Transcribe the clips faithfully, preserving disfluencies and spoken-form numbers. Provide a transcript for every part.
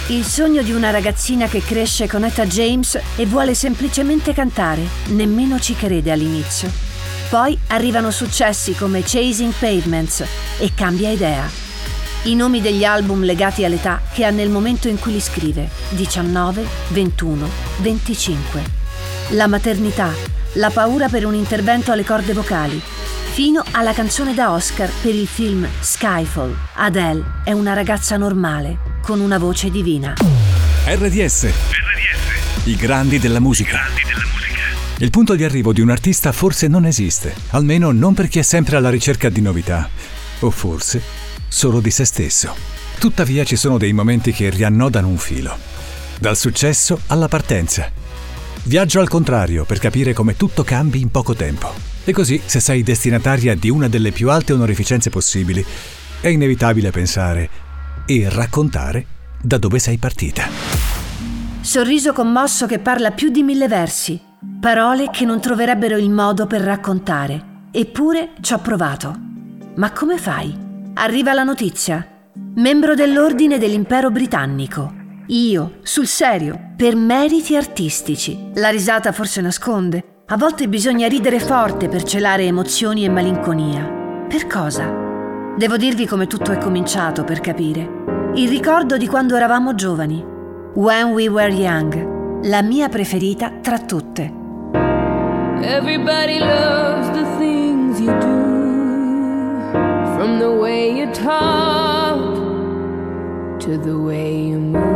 Il sogno di una ragazzina che cresce con Etta James e vuole semplicemente cantare, nemmeno ci crede all'inizio. Poi arrivano successi come Chasing Pavements e cambia idea. I nomi degli album legati all'età che ha nel momento in cui li scrive, diciannove, ventuno, venticinque. La maternità, la paura per un intervento alle corde vocali, fino alla canzone da Oscar per il film Skyfall. Adele è una ragazza normale, con una voce divina. R D S. R D S. I grandi della musica. I grandi della musica. Il punto di arrivo di un artista forse non esiste, almeno non per chi è sempre alla ricerca di novità, o forse solo di se stesso. Tuttavia ci sono dei momenti che riannodano un filo, dal successo alla partenza. Viaggio al contrario per capire come tutto cambi in poco tempo. E così, se sei destinataria di una delle più alte onorificenze possibili, è inevitabile pensare e raccontare da dove sei partita. Sorriso commosso che parla più di mille versi, parole che non troverebbero il modo per raccontare. Eppure ci ho provato. Ma come fai? Arriva la notizia. Membro dell'Ordine dell'Impero Britannico. Io, sul serio, per meriti artistici. La risata forse nasconde. A volte bisogna ridere forte per celare emozioni e malinconia. Per cosa? Devo dirvi come tutto è cominciato per capire. Il ricordo di quando eravamo giovani. When We Were Young. La mia preferita tra tutte. Everybody loves the things you do, from the way you talk to the way you move.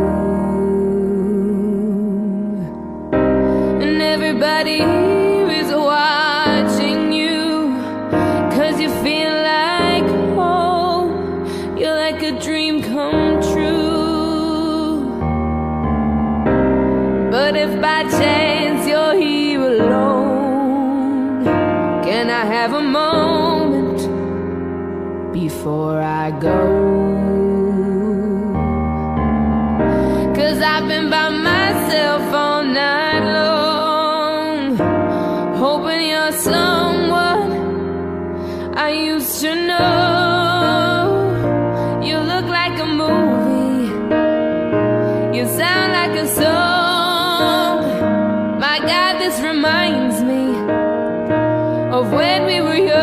And everybody is watching you, 'cause you feel like home. You're like a dream come true. But if by chance you're here alone, can I have a moment before I go? 'Cause I've been by myself all night long, hoping you're someone I used to know. You look like a movie, you sound like a song. My God, this reminds me of when we were young.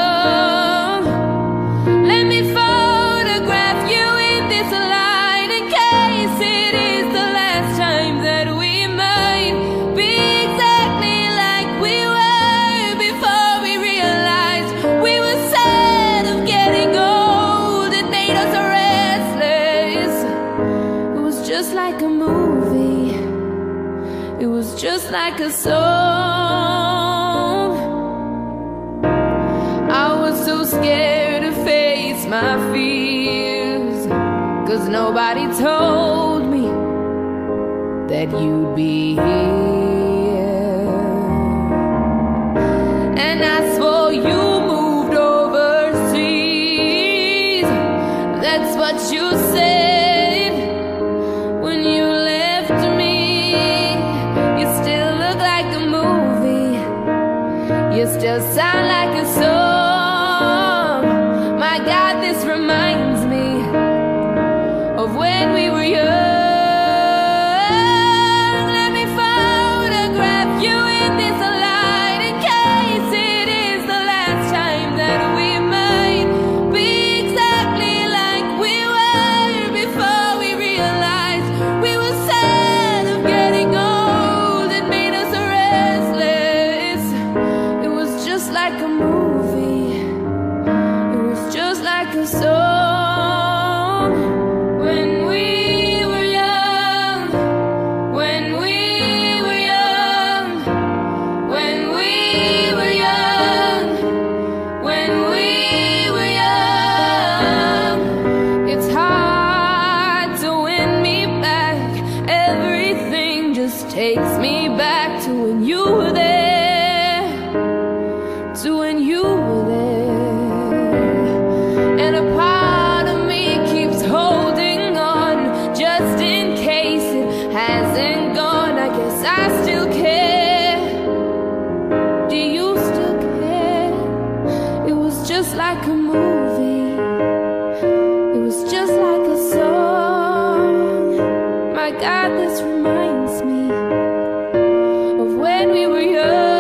Let me photograph you in this light, in case it is the last time that we might be exactly like we were before we realized we were sad of getting old. It made us restless. It was just like a movie, it was just like a song. I was so scared to face my fears, 'cause nobody told me that you'd be here. And I swore you moved overseas. That's what you said when you left me. You still look like a movie, you still sound like a song. My God, this reminds me of when we were young. Let me photograph you in this light, in case it is the last time that we might be exactly like we were before we realized we were sad of getting old. It made us restless. It was just like a movie, it was just like a song. When we were young, when we were young, when we were young, when we were young. It's hard to win me back. Everything just takes me back to when you were there, to when you were there. And a part of me keeps holding on, just in case it hasn't gone. I guess I still care. Do you still care? It was just like a movie, it was just like a song. God, this reminds me of when we were young.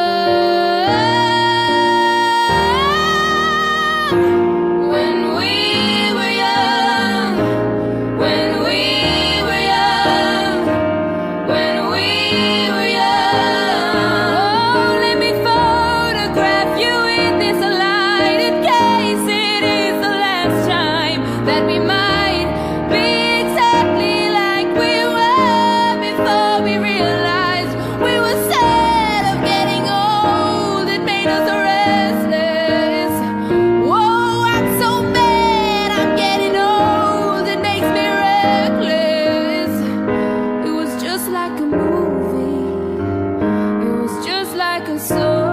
When we were young. When we were young. When we were young. Oh, let me photograph you in this light in case it is the last time that we might be exactly like we were before we realized we were sad of getting old. It made us restless. Whoa, I'm so mad I'm getting old. It makes me reckless. It was just like a movie. It was just like a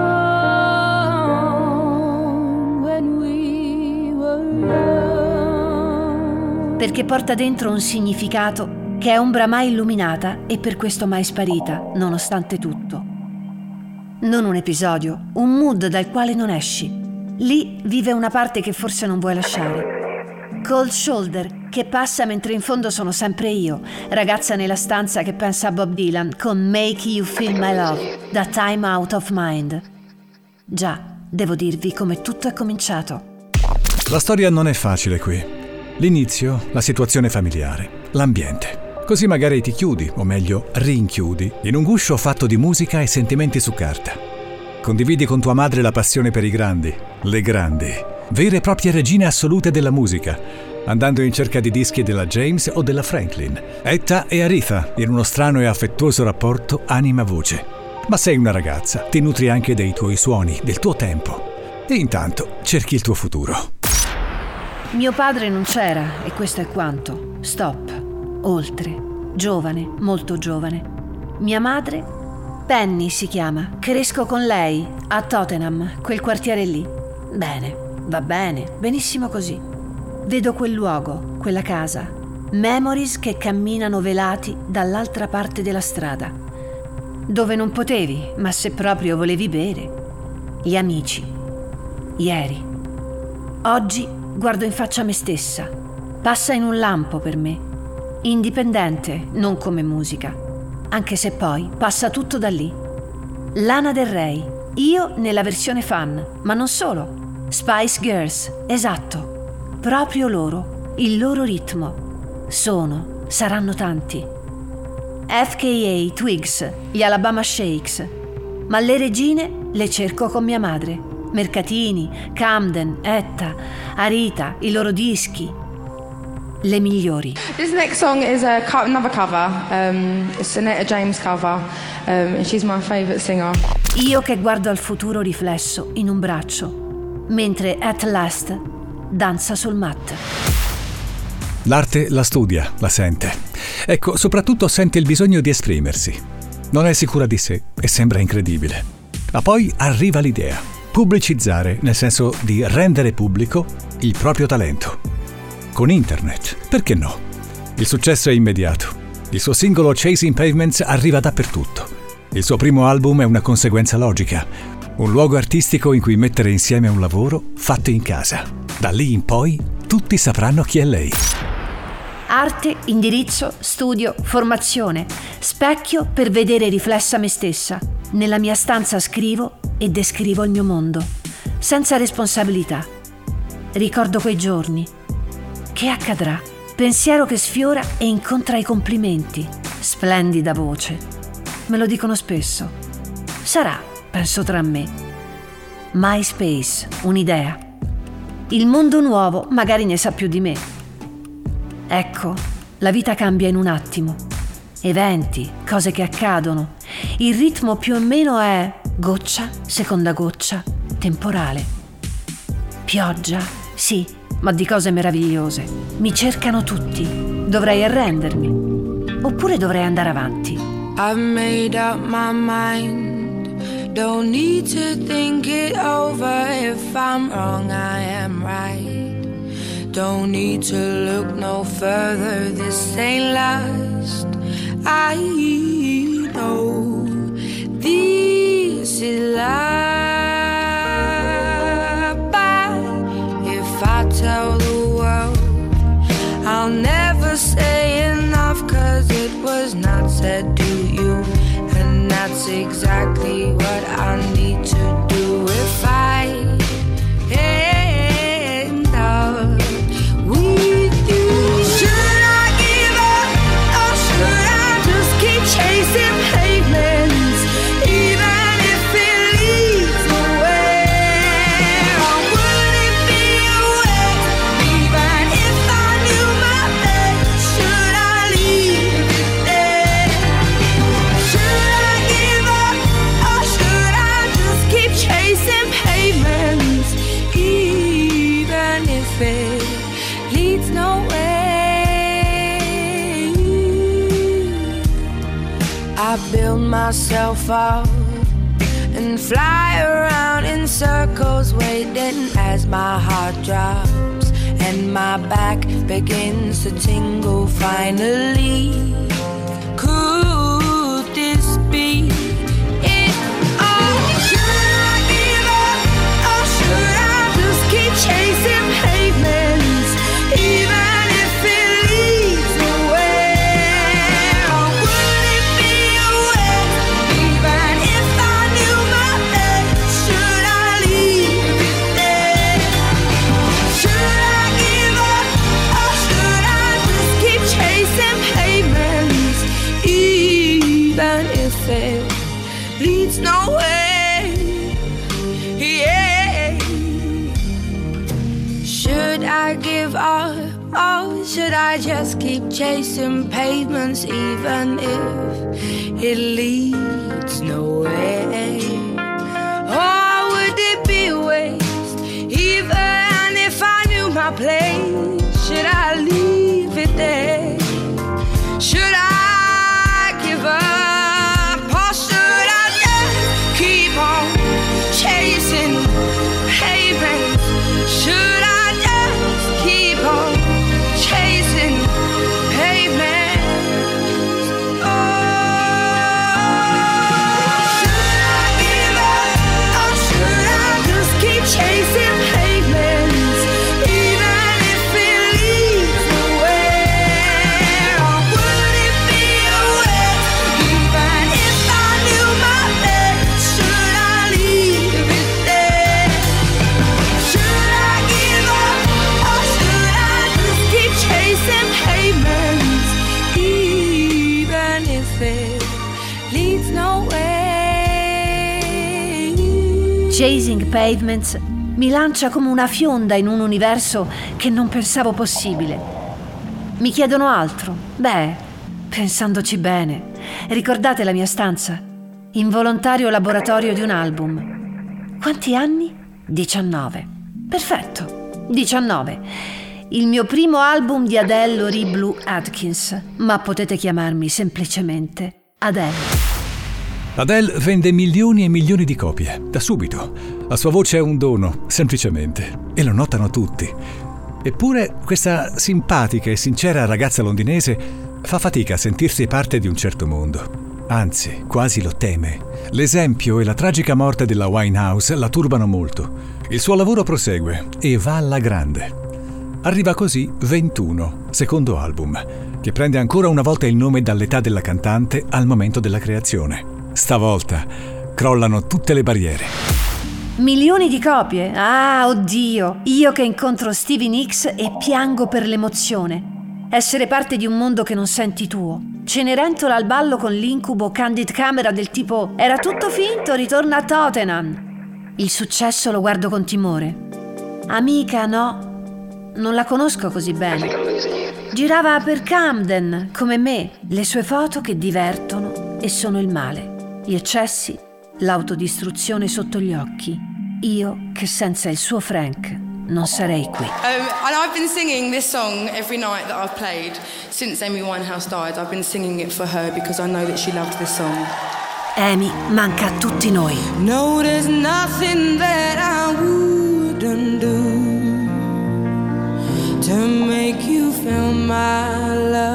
song when we were young. Perché porta dentro un significato che è ombra mai illuminata e per questo mai sparita, nonostante tutto. Non un episodio, un mood dal quale non esci. Lì vive una parte che forse non vuoi lasciare. Cold Shoulder, che passa mentre in fondo sono sempre io, ragazza nella stanza che pensa a Bob Dylan con Make You Feel My Love, da Time Out of Mind. Già, devo dirvi come tutto è cominciato. La storia non è facile qui. L'inizio, la situazione familiare, l'ambiente. Così magari ti chiudi, o meglio, rinchiudi, in un guscio fatto di musica e sentimenti su carta. Condividi con tua madre la passione per i grandi, le grandi, vere e proprie regine assolute della musica, andando in cerca di dischi della James o della Franklin, Etta e Aretha, in uno strano e affettuoso rapporto anima-voce. Ma sei una ragazza, ti nutri anche dei tuoi suoni, del tuo tempo. E intanto cerchi il tuo futuro. Mio padre non c'era e questo è quanto. Stop. Oltre. Giovane, molto giovane. Mia madre? Penny si chiama. Cresco con lei a Tottenham, quel quartiere lì. Bene, va bene, benissimo così. Vedo quel luogo, quella casa. Memories che camminano velati dall'altra parte della strada. Dove non potevi, ma se proprio volevi bere. Gli amici. Ieri. Oggi guardo in faccia me stessa. Passa in un lampo per me. Indipendente, non come musica. Anche se poi passa tutto da lì. Lana Del Rey, io nella versione fan, ma non solo. Spice Girls, esatto. Proprio loro, il loro ritmo. Sono, saranno tanti. F K A, Twigs, gli Alabama Shakes. Ma le regine le cerco con mia madre. Mercatini, Camden, Etta, Aretha, i loro dischi. Le migliori. This next song is a co- another cover. Um, it's an Etta James cover, um, and she's my favourite singer. Io che guardo al futuro riflesso in un braccio, mentre At Last danza sul mat. L'arte la studia, la sente. Ecco, soprattutto sente il bisogno di esprimersi. Non è sicura di sé e sembra incredibile. Ma poi arriva l'idea. Pubblicizzare, nel senso di rendere pubblico il proprio talento. Con internet, perché no? Il successo è immediato. Il suo singolo Chasing Pavements arriva dappertutto. Il suo primo album è una conseguenza logica. Un luogo artistico in cui mettere insieme un lavoro fatto in casa. Da lì in poi tutti sapranno chi è lei. Arte, indirizzo, studio, formazione. Specchio per vedere riflessa me stessa. Nella mia stanza scrivo e descrivo il mio mondo. Senza responsabilità. Ricordo quei giorni. Che accadrà? Pensiero che sfiora e incontra i complimenti. Splendida voce. Me lo dicono spesso. Sarà, penso tra me. MySpace, un'idea. Il mondo nuovo magari ne sa più di me. Ecco, la vita cambia in un attimo. Eventi, cose che accadono. Il ritmo più o meno è goccia, seconda goccia, temporale. Pioggia, sì, ma di cose meravigliose. Mi cercano tutti. Dovrei arrendermi. Oppure dovrei andare avanti. I've made up my mind. Don't need to think it over. If I'm wrong, I am right. Don't need to look no further. This ain't last. I know this is life. But if I tell the world, I'll never say enough, 'cause it exactly what I need to do if I end up with you. Should I give up or should I just keep chasing pavements, even if it leads nowhere? Or would it be a waste, even if I knew my best? Should I leave it there? Should I give up or should I just keep chasing pavements, even if it leads nowhere? I build myself up and fly around in circles, waiting as my heart drops and my back begins to tingle. Finally, could this be it all? Should I give up or should I just keep chasing pavements, even if it leads nowhere? Or would it be a waste, even if I knew my best? Should I leave it there? Should I give up or should I just keep chasing pavements, even if it leads nowhere? Yeah. Should I give up or should I just keep chasing pavements, even if it leads nowhere? Or would it be a waste, even if I knew my place? Should I leave it there? Should I give up or should I just keep on chasing pavements? Should I just keep on chasing pavements? Oh, should I give up or should I just keep chasing pavements, even if it leads nowhere? Or would it be a waste, even if I knew my best? Should I leave it there? Should I give up or should I just keep chasing pavements, even if it leads nowhere? Chasing Pavements mi lancia come una fionda in un universo che non pensavo possibile. Mi chiedono altro. Beh, pensandoci bene, ricordate la mia stanza? Involontario laboratorio di un album. Quanti anni? diciannove. Perfetto, diciannove. Il mio primo album di Adele Laurie Blue Atkins, ma potete chiamarmi semplicemente Adele. Adele vende milioni e milioni di copie, da subito. La sua voce è un dono, semplicemente, e lo notano tutti. Eppure questa simpatica e sincera ragazza londinese fa fatica a sentirsi parte di un certo mondo. Anzi, quasi lo teme. L'esempio e la tragica morte della Winehouse la turbano molto. Il suo lavoro prosegue e va alla grande. Arriva così ventuno, secondo album, che prende ancora una volta il nome dall'età della cantante al momento della creazione. Stavolta crollano tutte le barriere. Milioni di copie? Ah, oddio! Io che incontro Stevie Nicks e piango per l'emozione. Essere parte di un mondo che non senti tuo. Cenerentola al ballo con l'incubo candid camera del tipo «Era tutto finto, ritorna a Tottenham». Il successo lo guardo con timore. Amica, no, non la conosco così bene. Girava per Camden, come me, le sue foto che divertono e sono il male. Gli eccessi, l'autodistruzione sotto gli occhi. Io che senza il suo Frank non sarei qui. Um, and I've been singing this song every night that I've played since Amy Winehouse died. I've been singing it for her because I know that she loved this song. Amy manca a tutti noi. No, there's nothing that I wouldn't do to make you feel my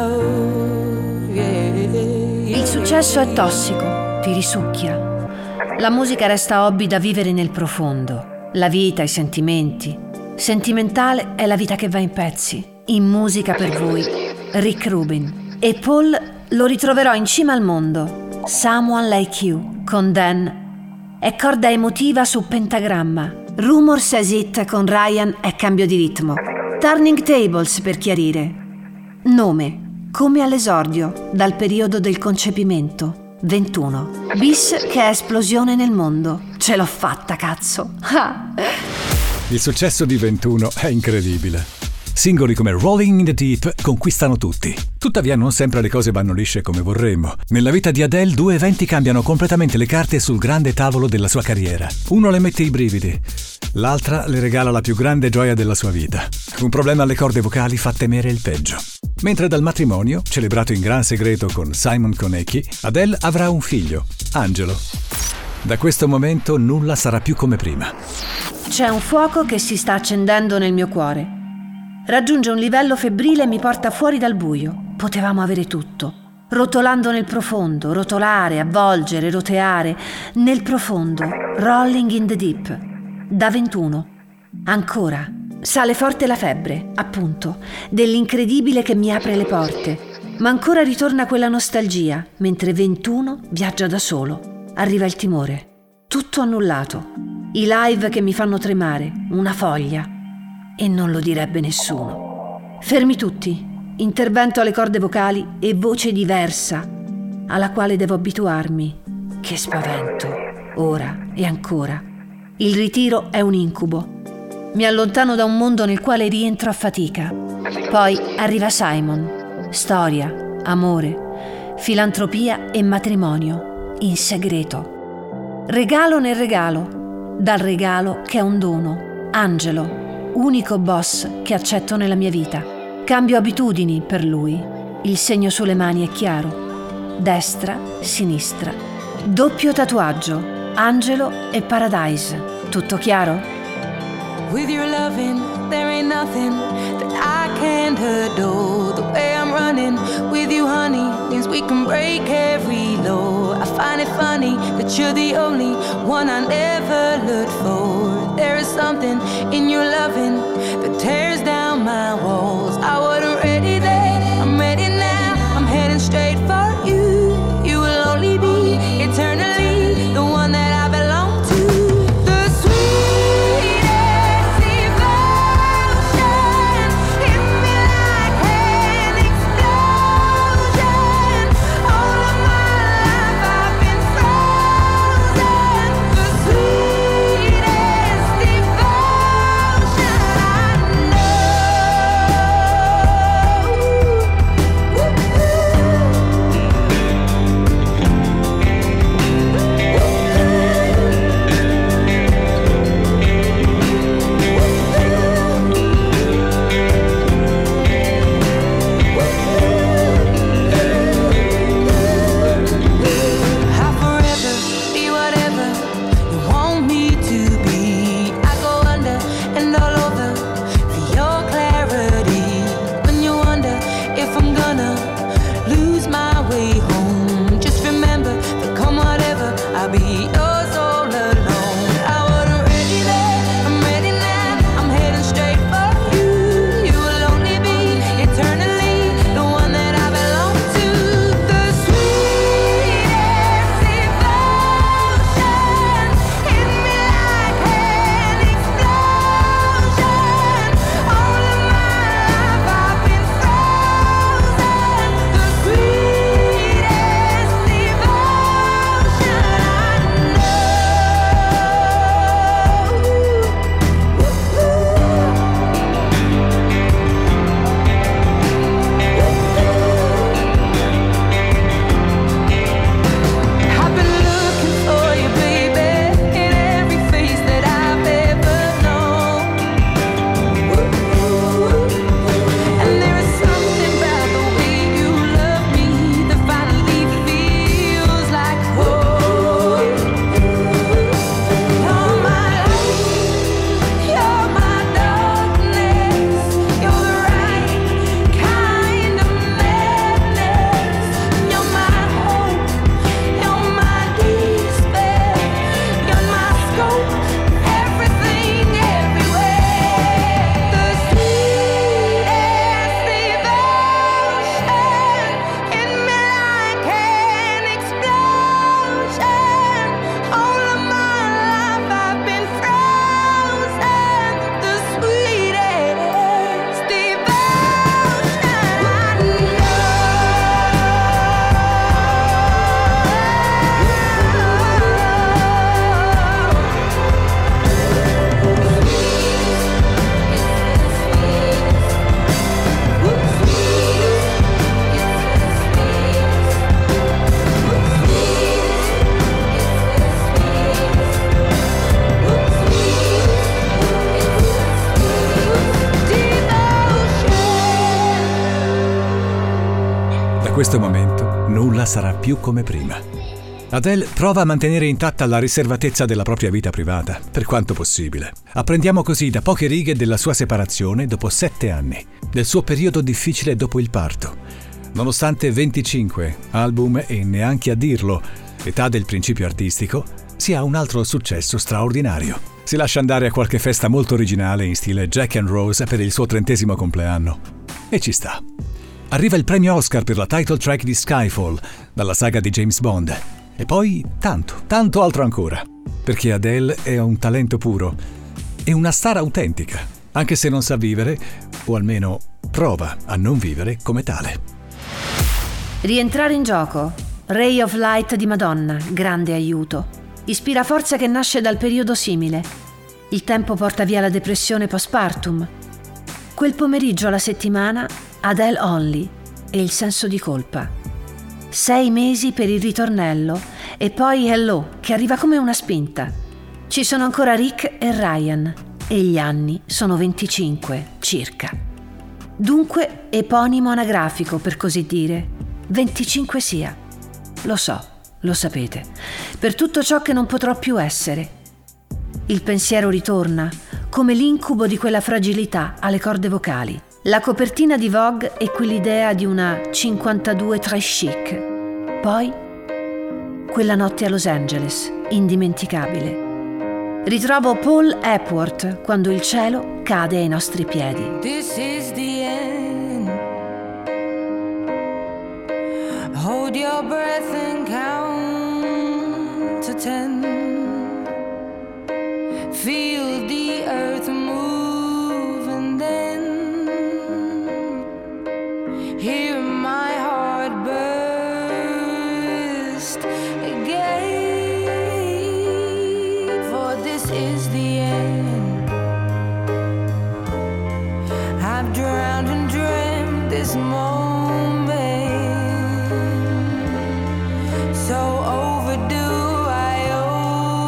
love, yeah. Il successo è tossico, ti risucchia. La musica resta hobby da vivere nel profondo. La vita, i sentimenti. Sentimentale è la vita che va in pezzi. In musica per voi, Rick Rubin. E Paul lo ritroverò in cima al mondo. Someone Like You. con Dan è corda emotiva su pentagramma. Rumor Says It con Ryan è cambio di ritmo. Turning Tables per chiarire. Nome, come all'esordio, dal periodo del concepimento, ventuno. Bis che è esplosione nel mondo. Ce l'ho fatta, cazzo. Ah. Il successo di ventuno è incredibile. Singoli come Rolling in the Deep conquistano tutti. Tuttavia non sempre le cose vanno lisce come vorremmo. Nella vita di Adele due eventi cambiano completamente le carte sul grande tavolo della sua carriera. Uno le mette i brividi, l'altra le regala la più grande gioia della sua vita. Un problema alle corde vocali fa temere il peggio. Mentre dal matrimonio, celebrato in gran segreto con Simon Konecki, Adele avrà un figlio, Angelo. Da questo momento nulla sarà più come prima. C'è un fuoco che si sta accendendo nel mio cuore. Raggiunge un livello febbrile e mi porta fuori dal buio. Potevamo avere tutto. Rotolando nel profondo, rotolare, avvolgere, roteare. Nel profondo, rolling in the deep. Da ventuno. Ancora. Sale forte la febbre, appunto, dell'incredibile che mi apre le porte. Ma ancora ritorna quella nostalgia, mentre ventuno viaggia da solo. Arriva il timore. Tutto annullato. I live che mi fanno tremare. Una foglia. E non lo direbbe nessuno. Fermi tutti. Intervento alle corde vocali e voce diversa, alla quale devo abituarmi. Che spavento. Ora e ancora. Il ritiro è un incubo. Mi allontano da un mondo nel quale rientro a fatica. Poi arriva Simon. Storia, amore, filantropia e matrimonio. In segreto. Regalo nel regalo. Dal regalo che è un dono. Angelo. Unico boss che accetto nella mia vita. Cambio abitudini per lui. Il segno sulle mani è chiaro. Destra, sinistra. Doppio tatuaggio. Angelo e Paradise. Tutto chiaro? With your loving, there ain't nothing that I can't adore. The way I'm running with you, honey, means we can break every law. I find it funny that you're the only one I never looked for. There is something in your loving that tears down my walls. I wasn't ready then, I'm ready now. I'm heading straight for you. You will only be eternally the one that I belong to. The sweetest devotion hit me like an explosion. All of my life I've been frozen. The sweetest devotion I I'll forever be whatever you want me to be. I go under and all over for your clarity. When you wonder if I'm gonna lose my way home, just remember that come whatever, I'll be yours all alone. I wasn't ready then, I'm ready now. I'm heading straight for you. You will only be eternally the one that I belong to. The sweetest devotion hit me like an explosion. All of my life I've been frozen. The sweetest questo momento nulla sarà più come prima. Adele prova a mantenere intatta la riservatezza della propria vita privata, per quanto possibile. Apprendiamo così da poche righe della sua separazione dopo sette anni, del suo periodo difficile dopo il parto. Nonostante venticinque album e neanche a dirlo, età del principio artistico, si ha un altro successo straordinario. Si lascia andare a qualche festa molto originale in stile Jack and Rose per il suo trentesimo compleanno. E ci sta. Arriva il premio Oscar per la title track di Skyfall, dalla saga di James Bond. E poi tanto, tanto altro ancora. Perché Adele è un talento puro. È una star autentica, anche se non sa vivere, o almeno prova a non vivere come tale. Rientrare in gioco. Ray of Light di Madonna, grande aiuto. Ispira forza che nasce dal periodo simile. Il tempo porta via la depressione postpartum. Quel pomeriggio alla settimana, Adele Only e il senso di colpa. Sei mesi per il ritornello e poi Hello, che arriva come una spinta. Ci sono ancora Rick e Ryan e gli anni sono venticinque circa. Dunque eponimo anagrafico, per così dire. venticinque sia. Lo so, lo sapete. Per tutto ciò che non potrò più essere. Il pensiero ritorna, come l'incubo di quella fragilità alle corde vocali. La copertina di Vogue è quell'idea di una cinquantadue très chic. Poi, quella notte a Los Angeles, indimenticabile. Ritrovo Paul Epworth quando il cielo cade ai nostri piedi. This is the end. Hold your breath and count to ten. Feel the earth move and then hear my heart burst again. For this is the end. I've drowned and dreamt this moment, so overdue I owe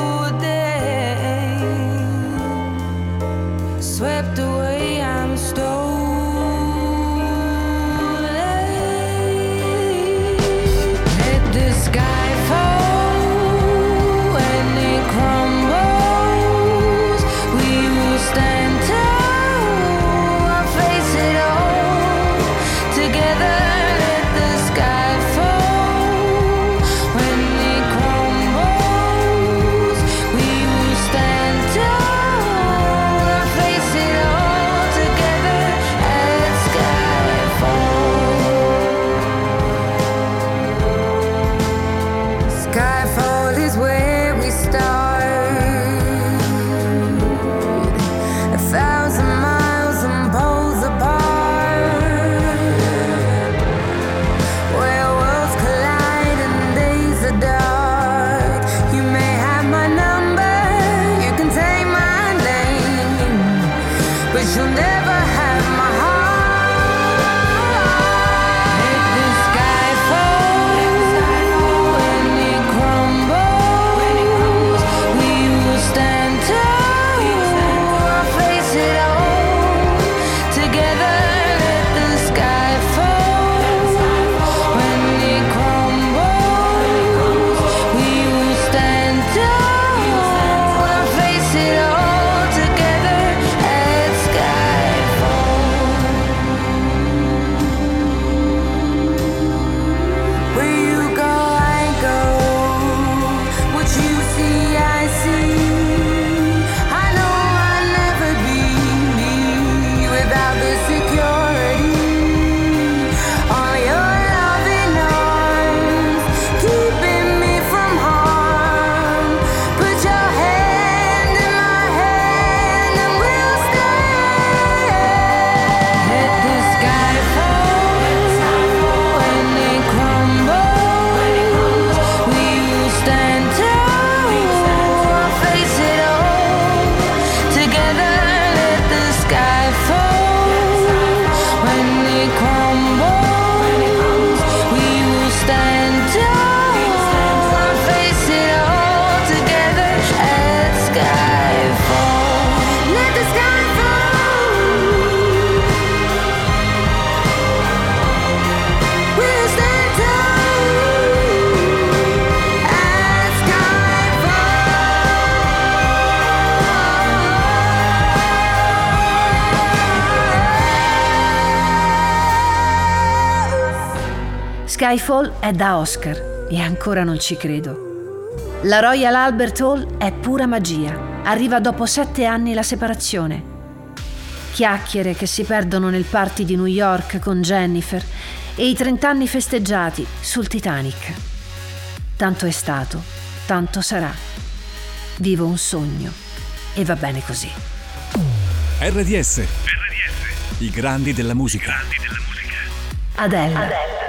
Skyfall è da Oscar e ancora non ci credo. La Royal Albert Hall è pura magia. Arriva dopo sette anni la separazione. Chiacchiere che si perdono nel party di New York con Jennifer e i trent'anni festeggiati sul Titanic. Tanto è stato, tanto sarà. Vivo un sogno e va bene così. R D S. R D S. I grandi della musica. I grandi della musica. Adele. Adele.